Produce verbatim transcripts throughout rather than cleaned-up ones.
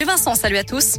Vincent, salut à tous.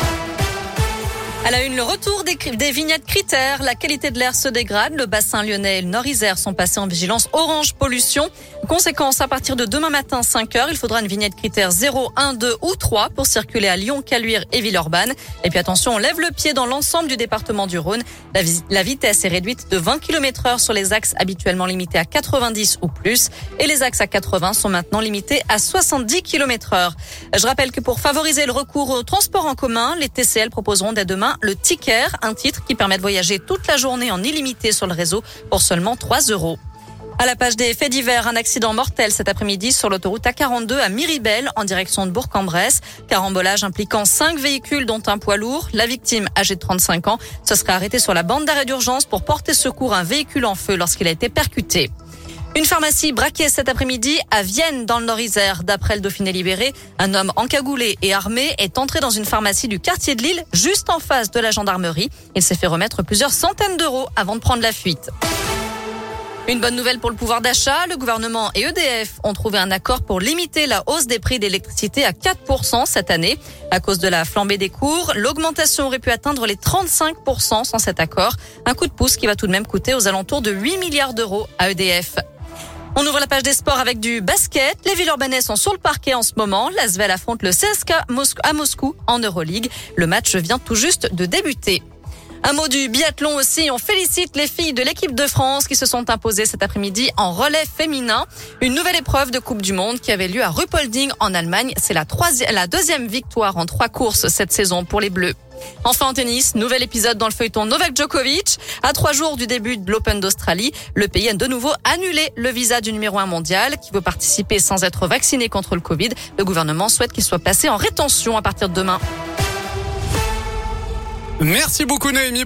À la une, le retour des, des vignettes critères. La qualité de l'air se dégrade. Le bassin lyonnais et le Nord-Isère sont passés en vigilance orange pollution. Conséquence, à partir de demain matin, cinq heures, il faudra une vignette critère zéro, un, deux ou trois pour circuler à Lyon, Caluire et Villeurbanne. Et puis attention, on lève le pied dans l'ensemble du département du Rhône. La, la vitesse est réduite de vingt kilomètres heure sur les axes habituellement limités à quatre-vingt-dix ou plus. Et les axes à quatre-vingts sont maintenant limités à soixante-dix kilomètres heure. Je rappelle que pour favoriser le recours au transport en commun, les T C L proposeront dès demain le Ticket, un titre qui permet de voyager toute la journée en illimité sur le réseau pour seulement trois euros. À la page des faits divers, un accident mortel cet après-midi sur l'autoroute A quarante-deux à Miribel en direction de Bourg-en-Bresse. Carambolage impliquant cinq véhicules dont un poids lourd. La victime, âgée de trente-cinq ans, se serait arrêtée sur la bande d'arrêt d'urgence pour porter secours à un véhicule en feu lorsqu'il a été percuté. Une pharmacie braquée cet après-midi à Vienne dans le Nord-Isère. D'après le Dauphiné Libéré, un homme encagoulé et armé est entré dans une pharmacie du quartier de Lille, juste en face de la gendarmerie. Il s'est fait remettre plusieurs centaines d'euros avant de prendre la fuite. Une bonne nouvelle pour le pouvoir d'achat. Le gouvernement et E D F ont trouvé un accord pour limiter la hausse des prix d'électricité à quatre pour cent cette année. À cause de la flambée des cours, l'augmentation aurait pu atteindre les trente-cinq pour cent sans cet accord. Un coup de pouce qui va tout de même coûter aux alentours de huit milliards d'euros à E D F. On ouvre la page des sports avec du basket. Les Villeurbanais sont sur le parquet en ce moment. L'Asvel affronte le C S K à Moscou en Euroleague. Le match vient tout juste de débuter. Un mot du biathlon aussi. On félicite les filles de l'équipe de France qui se sont imposées cet après-midi en relais féminin. Une nouvelle épreuve de Coupe du Monde qui avait lieu à Ruppolding en Allemagne. C'est la troisième, la deuxième victoire en trois courses cette saison pour les Bleus. Enfin en tennis, nouvel épisode dans le feuilleton Novak Djokovic. À trois jours du début de l'Open d'Australie, le pays a de nouveau annulé le visa du numéro un mondial qui veut participer sans être vacciné contre le Covid. Le gouvernement souhaite qu'il soit placé en rétention à partir de demain. Merci beaucoup Noémie.